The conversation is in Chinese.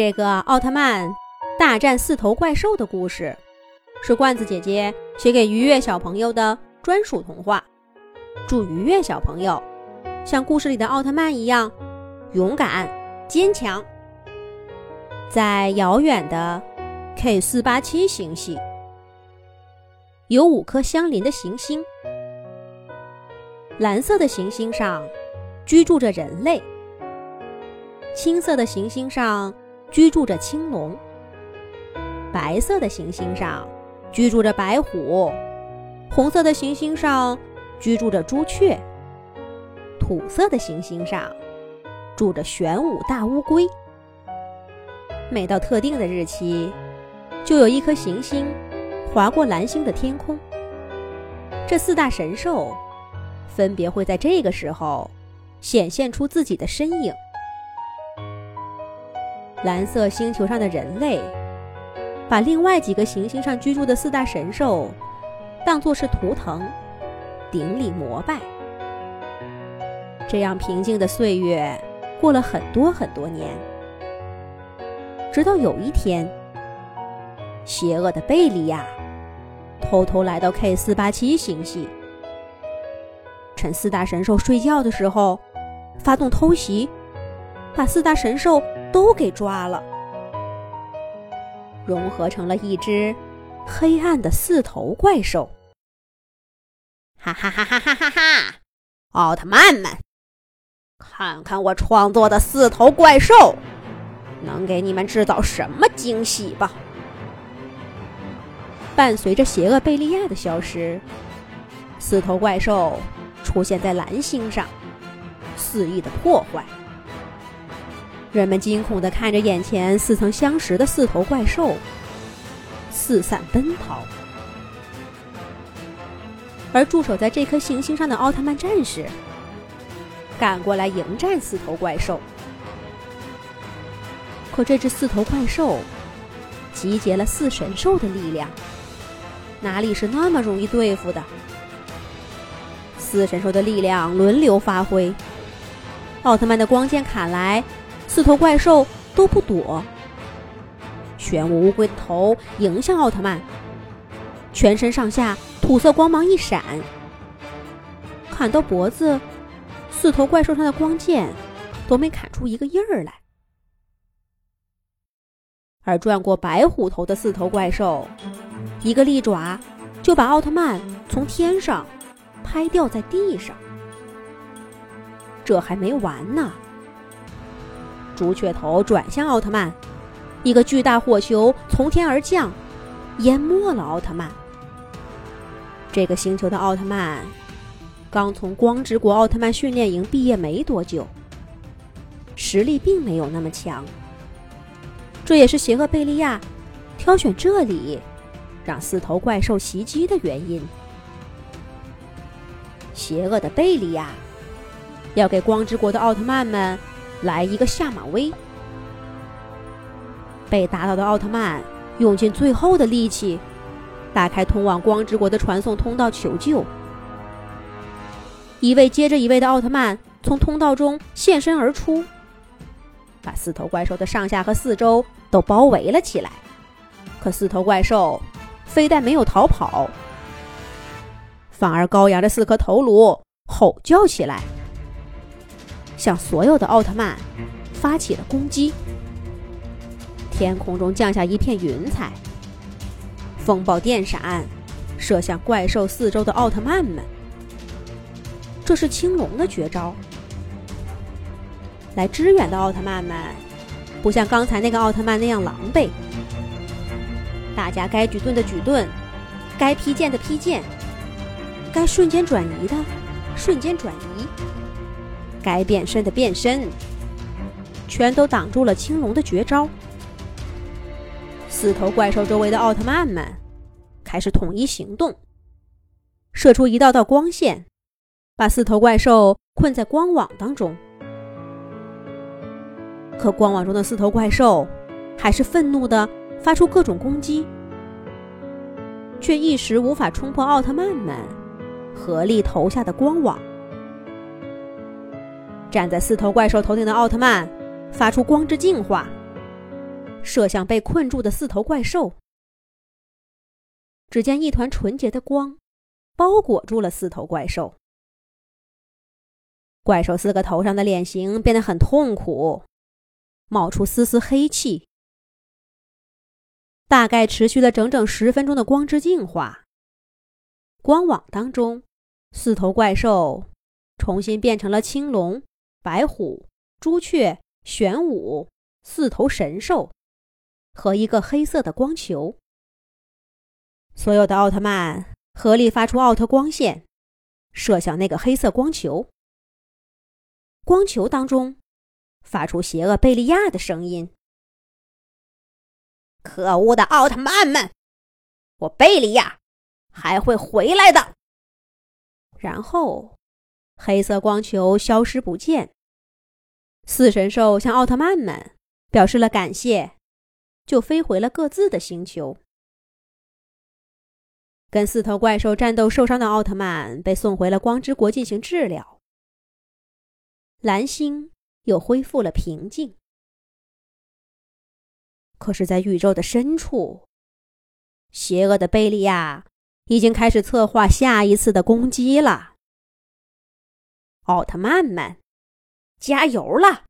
这个奥特曼大战四头怪兽的故事，是罐子姐姐写给愉悦小朋友的专属童话。祝愉悦小朋友像故事里的奥特曼一样勇敢坚强。在遥远的 K487 星系，有5颗相邻的行星。蓝色的行星上居住着人类，青色的行星上居住着青龙，白色的行星上居住着白虎，红色的行星上居住着朱雀，土色的行星上住着玄武大乌龟。每到特定的日期，就有一颗行星划过蓝星的天空。这4大神兽分别会在这个时候显现出自己的身影。蓝色星球上的人类把另外几个行星上居住的4大神兽当作是图腾，顶礼膜拜。这样平静的岁月过了很多很多年，直到有一天，邪恶的贝利亚偷偷来到 K487 星系，趁4大神兽睡觉的时候发动偷袭，把4大神兽都给抓了，融合成了一只黑暗的4头怪兽。 哈哈哈哈哈哈哈！奥特曼们，看看我创作的4头怪兽能给你们制造什么惊喜吧。 伴随着邪恶贝利亚的消失，4头怪兽出现在蓝星上，肆意的破坏。人们惊恐地看着眼前似曾相识的4头怪兽四散奔逃，而驻守在这颗行星上的奥特曼战士赶过来迎战4头怪兽。可这只4头怪兽集结了4神兽的力量，哪里是那么容易对付的？4神兽的力量轮流发挥，奥特曼的光剑砍来，4头怪兽都不躲。玄武乌龟的头迎向奥特曼，全身上下土色光芒一闪，砍到脖子，4头怪兽上的光剑都没砍出一个印儿来。而转过白虎头的4头怪兽，一个利爪就把奥特曼从天上拍掉在地上。这还没完呢，朱雀头转向奥特曼，一个巨大火球从天而降，淹没了奥特曼。这个星球的奥特曼刚从光之国奥特曼训练营毕业没多久，实力并没有那么强。这也是邪恶贝利亚挑选这里让4头怪兽袭击的原因。邪恶的贝利亚要给光之国的奥特曼们来一个下马威。被打倒的奥特曼用尽最后的力气打开通往光之国的传送通道求救，一位接着一位的奥特曼从通道中现身而出，把4头怪兽的上下和四周都包围了起来。可4头怪兽非但没有逃跑，反而高扬着4颗头颅吼叫起来，向所有的奥特曼发起了攻击。天空中降下一片云彩，风暴电闪，射向怪兽四周的奥特曼们。这是青龙的绝招。来支援的奥特曼们不像刚才那个奥特曼那样狼狈，大家该举盾的举盾，该劈剑的劈剑，该瞬间转移的瞬间转移，该变身的变身，全都挡住了青龙的绝招。4头怪兽周围的奥特曼们开始统一行动，射出一道道光线，把4头怪兽困在光网当中。可光网中的4头怪兽还是愤怒地发出各种攻击，却一时无法冲破奥特曼们合力投下的光网。站在4头怪兽头顶的奥特曼发出光之净化， 射向被困住的4头怪兽。只见一团纯洁的光包裹住了4头怪兽。怪兽4个头上的脸型变得很痛苦，冒出丝丝黑气。大概持续了整整10分钟的光之净化，光网当中4头怪兽重新变成了青龙、白虎、朱雀、玄武4头神兽和一个黑色的光球。所有的奥特曼合力发出奥特光线，射向那个黑色光球。光球当中发出邪恶贝利亚的声音： 可恶的奥特曼们，我贝利亚还会回来的。 然后黑色光球消失不见，4神兽向奥特曼们表示了感谢，就飞回了各自的星球。跟4头怪兽战斗受伤的奥特曼被送回了光之国进行治疗。蓝星又恢复了平静。可是在宇宙的深处，邪恶的贝利亚已经开始策划下一次的攻击了。奥特曼们，加油了！